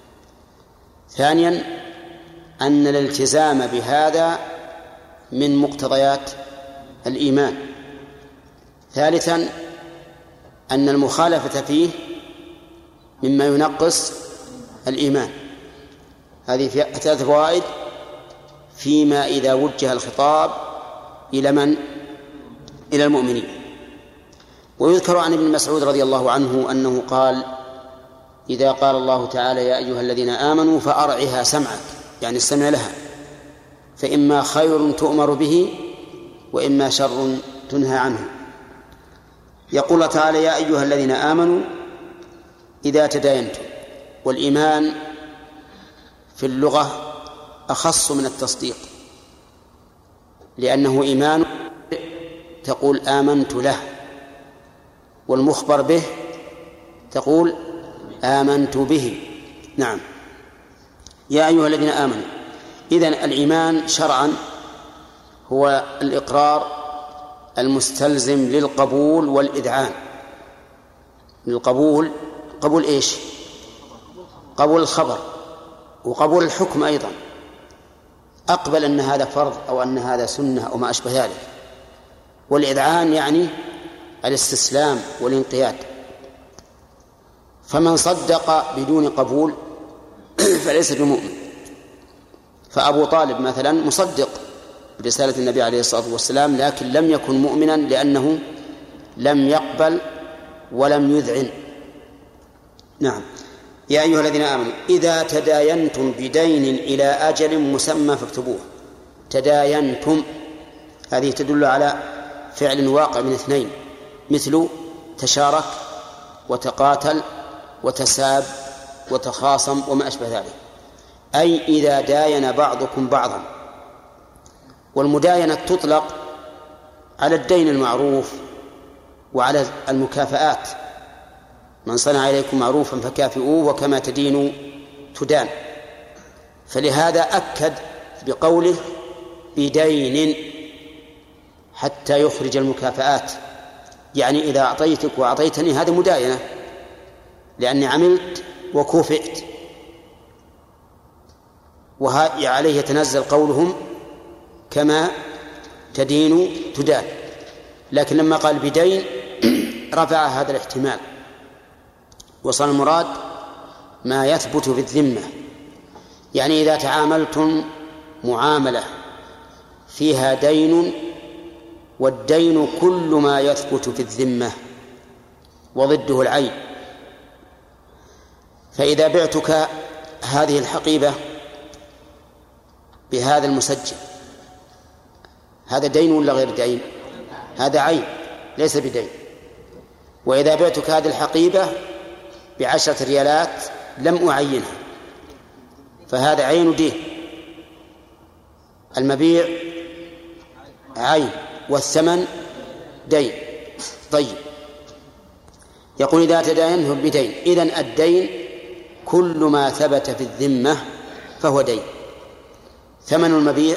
ثانيا أن الالتزام بهذا من مقتضيات الإيمان. ثالثا أن المخالفة فيه مما ينقص الإيمان. هذه ثلاث فوائد فيما إذا وجه الخطاب إلى من؟ إلى المؤمنين. ويذكر عن ابن مسعود رضي الله عنه أنه قال: إذا قال الله تعالى يا أيها الذين آمنوا فأرعها سمعك، يعني استمع لها، فإما خير تؤمر به وإما شر تنهى عنه. يقول الله تعالى: يا أيها الذين آمنوا إذا تداينتم. والإيمان في اللغة أخص من التصديق، لأنه إيمان تقول آمنت له، والمخبر به تقول آمنت به. نعم. يا أيها الذين آمنوا. إذن الإيمان شرعا هو الإقرار المستلزم للقبول والإذعان. للقبول، قبول إيش؟ قبول الخبر وقبول الحكم أيضا، أقبل أن هذا فرض أو أن هذا سنة أو ما أشبه ذلك. والإذعان يعني الاستسلام والانقياد. فمن صدق بدون قبول فليس بمؤمن. فأبو طالب مثلا مصدق برسالة النبي عليه الصلاة والسلام، لكن لم يكن مؤمنا لأنه لم يقبل ولم يذعن. نعم. يا أيها الذين آمنوا إذا تداينتم بدين إلى أجل مسمى فاكتبوه. تداينتم هذه تدل على فعل واقع من اثنين، مثل تشارك وتقاتل وتساب وتخاصم وما أشبه ذلك، أي إذا داين بعضكم بعضا. والمداينة تطلق على الدين المعروف وعلى المكافآت، من صنع إليكم معروفا فكافئوه وكما تدين تدان. فلهذا أكد بقوله بدين حتى يخرج المكافآت، يعني إذا أعطيتك وأعطيتني هذا مداينة لأني عملت وكوفئت. وعليه يتنزل قولهم كما تدين تدان. لكن لما قال بدين رفع هذا الاحتمال وصار المراد ما يثبت في الذمة. يعني إذا تعاملتم معاملة فيها دين، والدين كل ما يثبت في الذمة وضده العين، فإذا بعتك هذه الحقيبة بهذا المسجل هذا دين ولا غير دين؟ هذا عين ليس بدين. وإذا بعتك هذه الحقيبة بعشرة ريالات لم أعينها فهذا عين دين. المبيع عين والثمن دين. طيب، يقول إذا تداينه بدين، إذن الدين كل ما ثبت في الذمة فهو دين. ثمن المبيع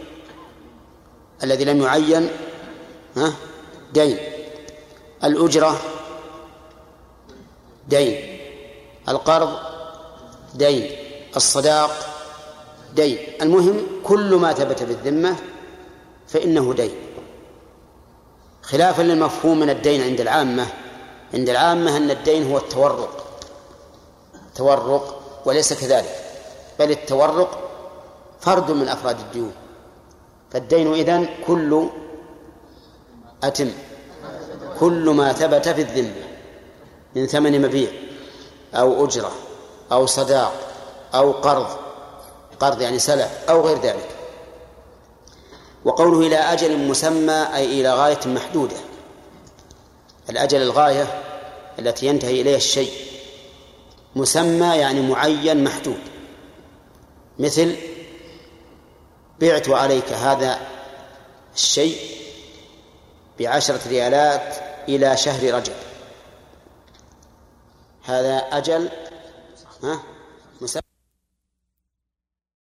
الذي لم يعين ها دين، الأجرة دين، القرض دين، الصداق دين. المهم كل ما ثبت بالذمة فإنه دين، خلافا للمفهوم من الدين عند العامة. عند العامة أن الدين هو التورق تورق وليس كذلك، بل التورق فرد من أفراد الديون. فالدين إذن كل أتم كل ما ثبت في الذمة من ثمن مبيع أو أجرة أو صداق أو قرض، قرض يعني سلف أو غير ذلك. وقوله إلى أجل مسمى أي إلى غاية محدودة. الأجل الغاية التي ينتهي إليها الشيء، مسمى يعني معين محدود. مثل بعت عليك هذا الشيء بعشرة ريالات إلى شهر رجب، هذا أجل ها